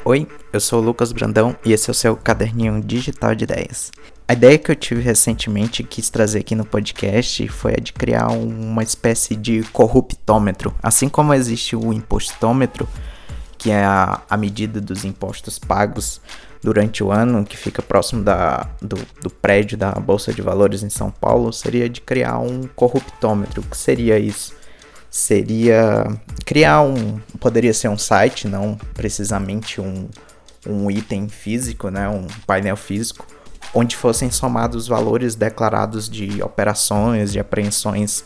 Oi, eu sou o Lucas Brandão e esse é o seu caderninho digital de ideias. A ideia que eu tive recentemente e quis trazer aqui no podcast foi a de criar uma espécie de corruptômetro. Assim como existe o impostômetro, que é a medida dos impostos pagos durante o ano, que fica próximo do prédio da Bolsa de Valores em São Paulo, seria de criar um corruptômetro. O que seria isso? Seria criar poderia ser um site, não precisamente um item físico, né, um painel físico, onde fossem somados os valores declarados de operações, de apreensões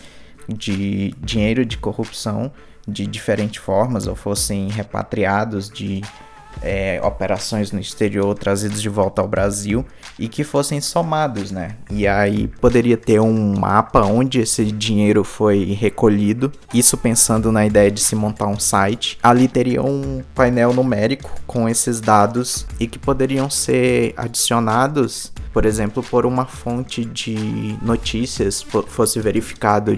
de dinheiro de corrupção de diferentes formas, ou fossem repatriados de operações no exterior trazidos de volta ao Brasil e que fossem somados, né? E aí poderia ter um mapa onde esse dinheiro foi recolhido, isso pensando na ideia de se montar um site. Ali teria um painel numérico com esses dados e que poderiam ser adicionados, por exemplo, por uma fonte de notícias, fosse verificado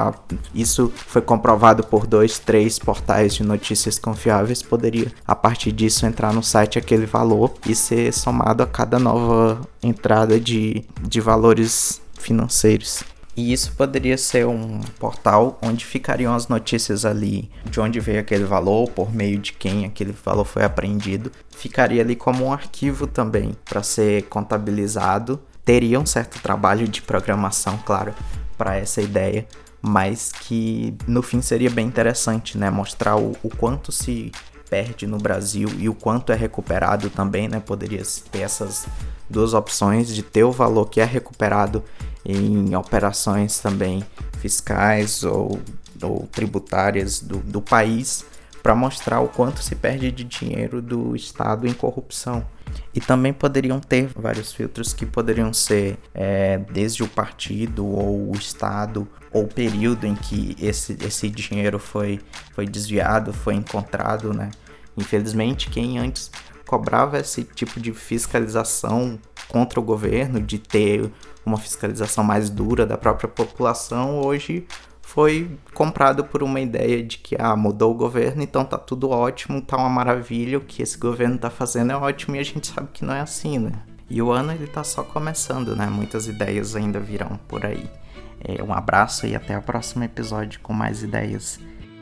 isso foi comprovado por 2, 3 portais de notícias confiáveis, poderia, a partir disso, entrar no site aquele valor e ser somado a cada nova entrada de valores financeiros. E isso poderia ser um portal onde ficariam as notícias ali, de onde veio aquele valor, por meio de quem aquele valor foi apreendido. Ficaria ali como um arquivo também para ser contabilizado. Teria um certo trabalho de programação, claro, para essa ideia, mas que no fim seria bem interessante, né? Mostrar o quanto se perde no Brasil e o quanto é recuperado também, né? Poderia ter essas duas opções de ter o valor que é recuperado em operações também fiscais ou tributárias do país, para mostrar o quanto se perde de dinheiro do Estado em corrupção. E também poderiam ter vários filtros que poderiam ser desde o partido ou o Estado ou o período em que esse dinheiro foi desviado, foi encontrado, né? Infelizmente, quem antes cobrava esse tipo de fiscalização contra o governo, de ter uma fiscalização mais dura da própria população, hoje foi comprado por uma ideia de que mudou o governo, então tá tudo ótimo, tá uma maravilha, o que esse governo tá fazendo é ótimo, e a gente sabe que não é assim, né? E o ano ele tá só começando, né? Muitas ideias ainda virão por aí. Um abraço e até o próximo episódio com mais ideias.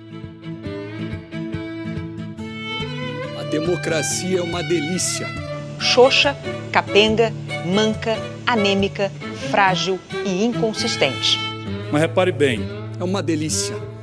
A democracia é uma delícia. Xoxa, capenga, manca, anêmica, frágil e inconsistente. Mas repare bem, é uma delícia.